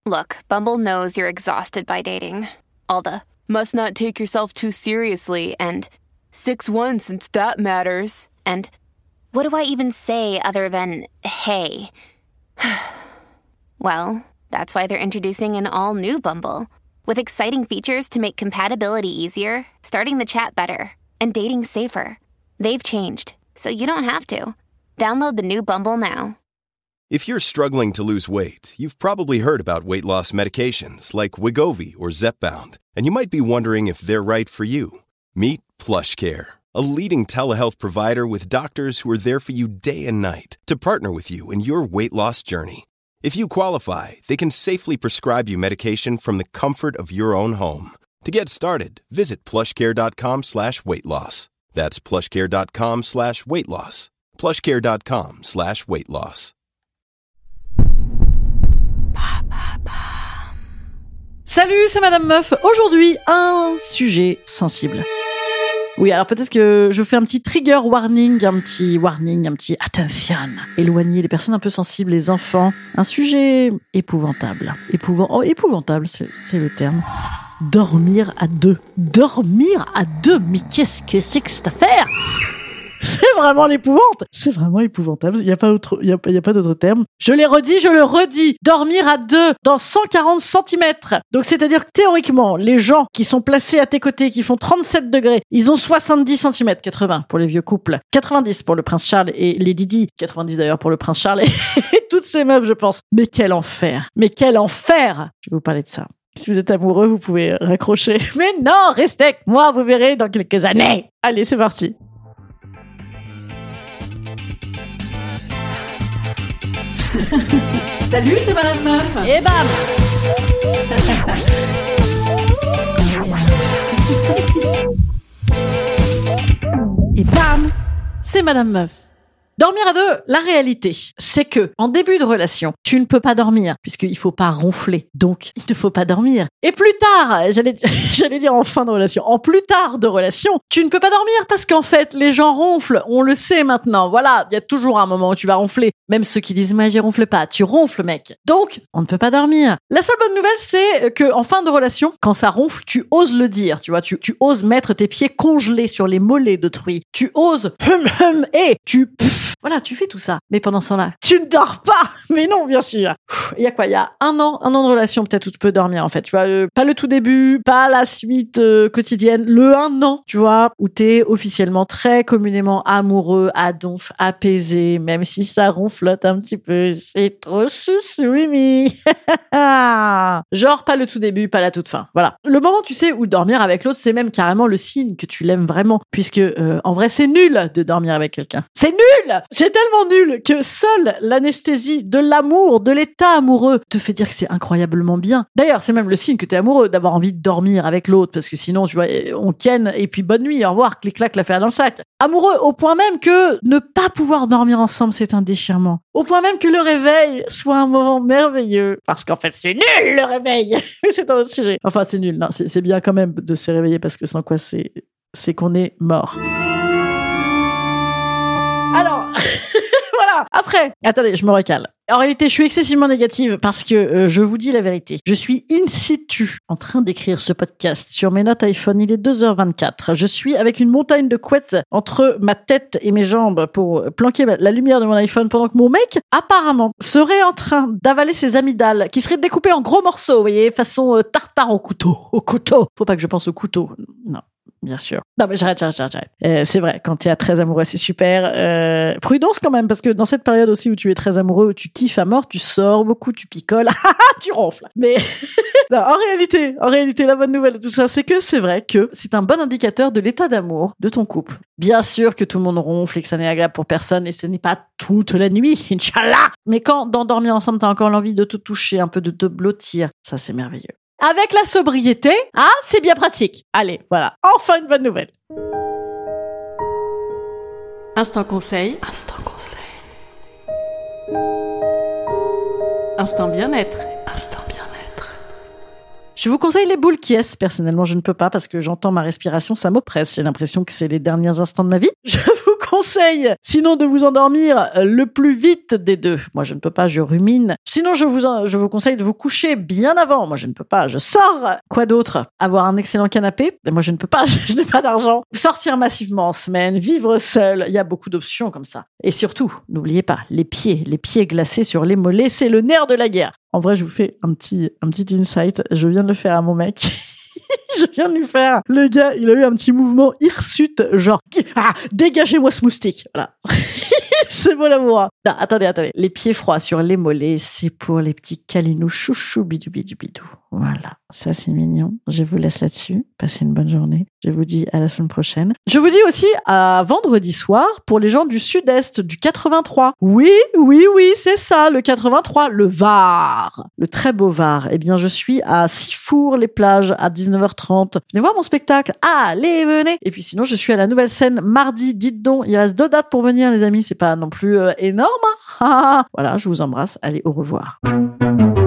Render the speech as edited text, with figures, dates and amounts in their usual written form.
Look, Bumble knows you're exhausted by dating. All the must not take yourself too seriously and 6'1" since that matters. And what do I even say other than hey? Well, that's why they're introducing an all-new Bumble with exciting features to make compatibility easier, starting the chat better, and dating safer. They've changed, so you don't have to. Download the new Bumble now. If you're struggling to lose weight, you've probably heard about weight loss medications like Wegovy or Zepbound, and you might be wondering if they're right for you. Meet PlushCare, a leading telehealth provider with doctors who are there for you day and night to partner with you in your weight loss journey. If you qualify, they can safely prescribe you medication from the comfort of your own home. To get started, visit plushcare.com/weightloss. That's plushcare.com/weightloss. plushcare.com/weightloss. Salut, c'est Madame Meuf. Aujourd'hui, un sujet sensible. Oui, alors peut-être que je fais un petit trigger warning, un petit attention. Éloigner les personnes un peu sensibles, les enfants. Un sujet épouvantable. Épouvantable, c'est le terme. Dormir à deux. Dormir à deux. Mais qu'est-ce que c'est que cette affaire ? C'est vraiment l'épouvante. C'est vraiment épouvantable. Il y a pas d'autre terme. Je l'ai redit, je le redis. Dormir à deux dans 140 cm. Donc, c'est-à-dire que théoriquement, les gens qui sont placés à tes côtés, qui font 37 degrés, ils ont 70 cm, 80 pour les vieux couples, 90 pour le prince Charles et les Didi, 90 d'ailleurs pour le prince Charles et toutes ces meufs, je pense. Mais quel enfer. Mais quel enfer. Je vais vous parler de ça. Si vous êtes amoureux, vous pouvez raccrocher. Mais non, restez avec moi, vous verrez dans quelques années. Allez, c'est parti. Salut, c'est Madame Meuf. Et bam. Et bam, c'est Madame Meuf. Dormir à deux, la réalité, c'est que en début de relation, tu ne peux pas dormir puisqu'il faut pas ronfler. Donc, il ne faut pas dormir. Et plus tard, j'allais dire en fin de relation, en plus tard de relation, tu ne peux pas dormir parce qu'en fait, les gens ronflent. On le sait maintenant. Voilà, il y a toujours un moment où tu vas ronfler. Même ceux qui disent, mais j'y ronfle pas. Tu ronfles, mec. Donc, on ne peut pas dormir. La seule bonne nouvelle, c'est que en fin de relation, quand ça ronfle, tu oses le dire. Tu vois, tu oses mettre tes pieds congelés sur les mollets d'autrui. Tu oses et tu voilà, tu fais tout ça. Mais pendant ce temps-là, tu ne dors pas. Mais non, bien sûr. Il y a quoi ? Il y a un an de relation peut-être où tu peux dormir en fait. Tu vois, pas le tout début, pas la suite quotidienne. Le 1 an, tu vois, où t'es officiellement très communément amoureux, à donf, apaisé, même si ça ronflote un petit peu. C'est trop chouchou, Mimi. Genre pas le tout début, pas la toute fin. Voilà. Le moment, tu sais, où dormir avec l'autre, c'est même carrément le signe que tu l'aimes vraiment, puisque en vrai, c'est nul de dormir avec quelqu'un. C'est nul. C'est tellement nul que seule l'anesthésie de l'amour, de l'état amoureux, te fait dire que c'est incroyablement bien. D'ailleurs, c'est même le signe que t'es amoureux, d'avoir envie de dormir avec l'autre, parce que sinon, tu vois, on ken et puis bonne nuit, au revoir, clic-clac, l'affaire dans le sac. Amoureux au point même que ne pas pouvoir dormir ensemble, c'est un déchirement. Au point même que le réveil soit un moment merveilleux. Parce qu'en fait, c'est nul, le réveil. C'est un autre sujet. Enfin, c'est nul. Non, c'est bien quand même de se réveiller, parce que sans quoi c'est qu'on est mort. Alors, voilà. Après, attendez, je me recale. En réalité, je suis excessivement négative parce que je vous dis la vérité. Je suis in situ en train d'écrire ce podcast sur mes notes iPhone. Il est 2h24. Je suis avec une montagne de couettes entre ma tête et mes jambes pour planquer la lumière de mon iPhone pendant que mon mec, apparemment, serait en train d'avaler ses amygdales qui seraient découpées en gros morceaux, vous voyez, façon tartare au couteau. Au couteau. Faut pas que je pense au couteau. Non. Bien sûr. Non, mais j'arrête. C'est vrai, quand tu es très amoureux, c'est super. Prudence quand même, parce que dans cette période aussi où tu es très amoureux, où tu kiffes à mort, tu sors beaucoup, tu picoles, tu ronfles. Mais non, en réalité, la bonne nouvelle de tout ça, c'est que c'est vrai que c'est un bon indicateur de l'état d'amour de ton couple. Bien sûr que tout le monde ronfle et que ça n'est agréable pour personne, et ce n'est pas toute la nuit, Inch'Allah. Mais quand, dans dormir ensemble, t'as encore l'envie de te toucher, un peu de te blottir, ça c'est merveilleux. Avec la sobriété, c'est bien pratique. Allez, voilà. Enfin une bonne nouvelle. Instant conseil. Instant bien-être. Je vous conseille les boules qui est. Personnellement, je ne peux pas parce que j'entends ma respiration, ça m'oppresse. J'ai l'impression que c'est les derniers instants de ma vie. Je vous vous conseille sinon de vous endormir le plus vite des deux. Moi, je ne peux pas, je rumine. Sinon, je vous conseille de vous coucher bien avant. Moi, je ne peux pas, je sors. Quoi d'autre? Avoir un excellent canapé. Moi, je ne peux pas, je n'ai pas d'argent. Sortir massivement en semaine, vivre seul. Il y a beaucoup d'options comme ça. Et surtout, n'oubliez pas, les pieds glacés sur les mollets, c'est le nerf de la guerre. En vrai, je vous fais un petit insight. Je viens de le faire à mon mec. Je viens de lui faire. Le gars, il a eu un petit mouvement hirsute, genre, dégagez-moi ce moustique. Voilà. C'est beau l'amour. Non, attendez. Les pieds froids sur les mollets, c'est pour les petits câlinous chouchou bidou bidou bidou. Voilà, ça c'est mignon. Je vous laisse là-dessus. Passez une bonne journée. Je vous dis à la semaine prochaine. Je vous dis aussi à vendredi soir pour les gens du sud-est, du 83. Oui, c'est ça, le 83, le Var. Le très beau Var. Eh bien, je suis à Sifour-les-Plages à 19h30. Venez voir mon spectacle. Allez, venez. Et puis sinon, je suis à la Nouvelle Scène mardi. Dites donc, il reste 2 dates pour venir, les amis. C'est pas non plus énorme. Voilà, je vous embrasse. Allez, au revoir.